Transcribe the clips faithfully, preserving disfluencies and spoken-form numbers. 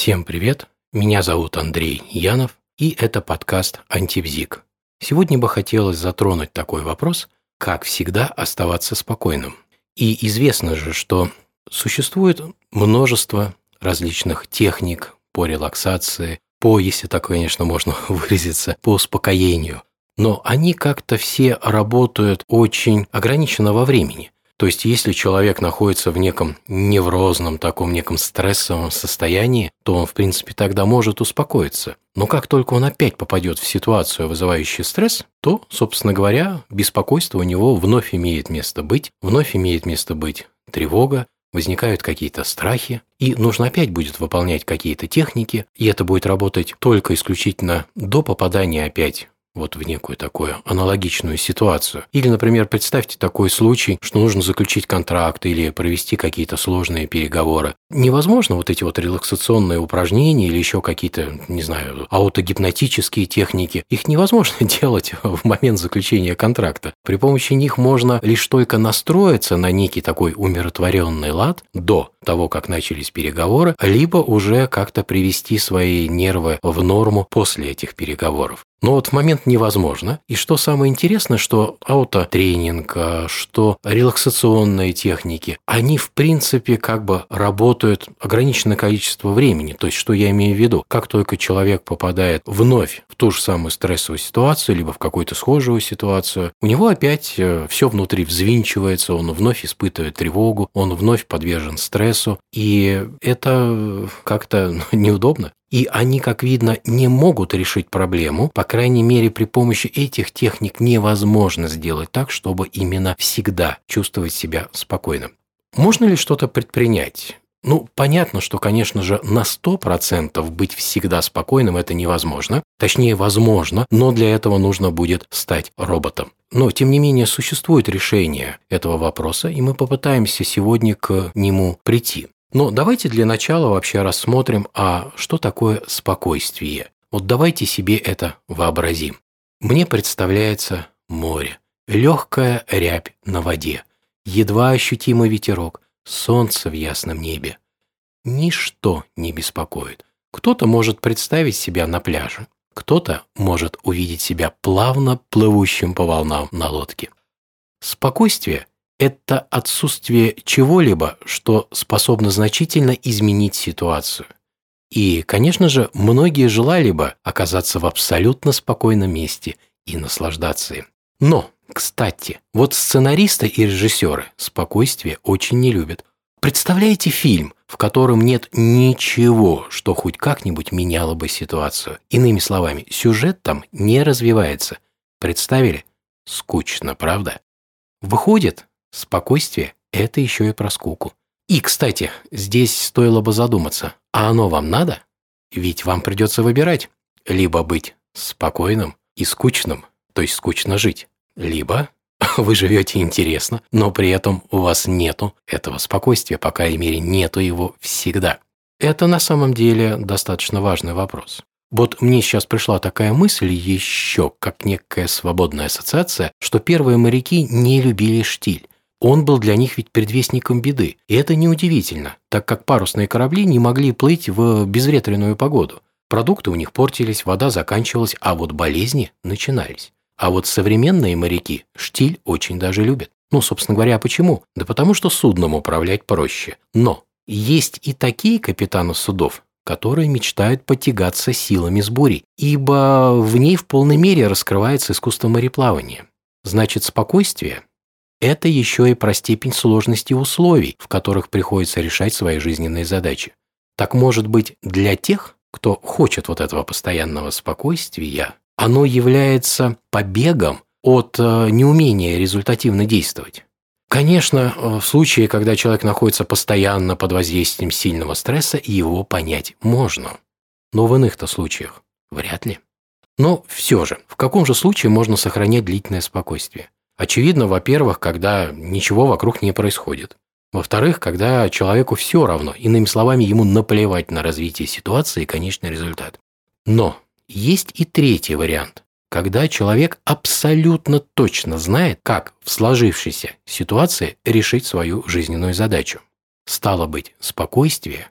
Всем привет! Меня зовут Андрей Янов, и это подкаст «Антибзик». Сегодня бы хотелось затронуть такой вопрос, как всегда оставаться спокойным. И известно же, что существует множество различных техник по релаксации, по, если так, конечно, можно выразиться, по успокоению. Но они как-то все работают очень ограниченно во времени. То есть, если человек находится в неком неврозном, таком неком стрессовом состоянии, то он, в принципе, тогда может успокоиться. Но как только он опять попадет в ситуацию, вызывающую стресс, то, собственно говоря, беспокойство у него вновь имеет место быть, вновь имеет место быть тревога, возникают какие-то страхи, и нужно опять будет выполнять какие-то техники, и это будет работать только исключительно до попадания опять вот в некую такую аналогичную ситуацию. Или, например, представьте такой случай, что нужно заключить контракт или провести какие-то сложные переговоры. Невозможно вот эти вот релаксационные упражнения или еще какие-то, не знаю, аутогипнотические техники. Их невозможно делать в момент заключения контракта. При помощи них можно лишь только настроиться на некий такой умиротворенный лад до того, как начались переговоры, либо уже как-то привести свои нервы в норму после этих переговоров. Но вот в момент невозможно. И что самое интересное, что аутотренинг, что релаксационные техники, они в принципе как бы работают ограниченное количество времени. То есть, что я имею в виду? Как только человек попадает вновь в ту же самую стрессовую ситуацию, либо в какую-то схожую ситуацию, у него опять все внутри взвинчивается, он вновь испытывает тревогу, он вновь подвержен стрессу. И это как-то неудобно. И они, как видно, не могут решить проблему. По крайней мере, при помощи этих техник невозможно сделать так, чтобы именно всегда чувствовать себя спокойным. Можно ли что-то предпринять? Ну, понятно, что, конечно же, на сто процентов быть всегда спокойным это невозможно. Точнее, возможно, но для этого нужно будет стать роботом. Но, тем не менее, существует решение этого вопроса, и мы попытаемся сегодня к нему прийти. Но давайте для начала вообще рассмотрим, а что такое спокойствие. Вот давайте себе это вообразим. Мне представляется море, легкая рябь на воде, едва ощутимый ветерок, солнце в ясном небе. Ничто не беспокоит. Кто-то может представить себя на пляже, кто-то может увидеть себя плавно плывущим по волнам на лодке. Спокойствие – это отсутствие чего-либо, что способно значительно изменить ситуацию. И, конечно же, многие желали бы оказаться в абсолютно спокойном месте и наслаждаться им. Но, кстати, вот сценаристы и режиссеры спокойствие очень не любят. Представляете фильм, в котором нет ничего, что хоть как-нибудь меняло бы ситуацию? Иными словами, сюжет там не развивается. Представили? Скучно, правда? Выходит, спокойствие – это еще и про скуку. И, кстати, здесь стоило бы задуматься, а оно вам надо? Ведь вам придется выбирать. Либо быть спокойным и скучным, то есть скучно жить, либо вы живете интересно, но при этом у вас нету этого спокойствия, по крайней мере, нету его всегда. Это на самом деле достаточно важный вопрос. Вот мне сейчас пришла такая мысль еще, как некая свободная ассоциация, что первые моряки не любили штиль. Он был для них ведь предвестником беды. И это неудивительно, так как парусные корабли не могли плыть в безветренную погоду. Продукты у них портились, вода заканчивалась, а вот болезни начинались. А вот современные моряки штиль очень даже любят. Ну, собственно говоря, почему? Да потому что судном управлять проще. Но есть и такие капитаны судов, которые мечтают потягаться силами с бурей, ибо в ней в полной мере раскрывается искусство мореплавания. Значит, спокойствие – это еще и про степень сложности условий, в которых приходится решать свои жизненные задачи. Так может быть, для тех, кто хочет вот этого постоянного спокойствия, оно является побегом от неумения результативно действовать. Конечно, в случае, когда человек находится постоянно под воздействием сильного стресса, его понять можно. Но в иных-то случаях вряд ли. Но все же, в каком же случае можно сохранять длительное спокойствие? Очевидно, во-первых, когда ничего вокруг не происходит. Во-вторых, когда человеку все равно, иными словами, ему наплевать на развитие ситуации и конечный результат. Но есть и третий вариант, когда человек абсолютно точно знает, как в сложившейся ситуации решить свою жизненную задачу. Стало быть, спокойствие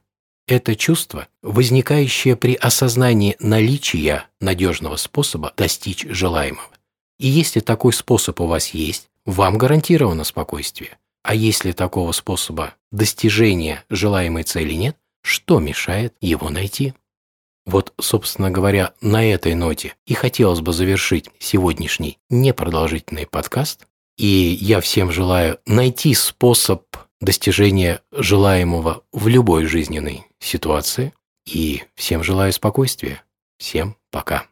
Это чувство, возникающее при осознании наличия надежного способа достичь желаемого. И если такой способ у вас есть, вам гарантировано спокойствие. А если такого способа достижения желаемой цели нет, что мешает его найти? Вот, собственно говоря, на этой ноте и хотелось бы завершить сегодняшний непродолжительный подкаст. И я всем желаю найти способ достижения желаемого в любой жизненной ситуации. И всем желаю спокойствия. Всем пока.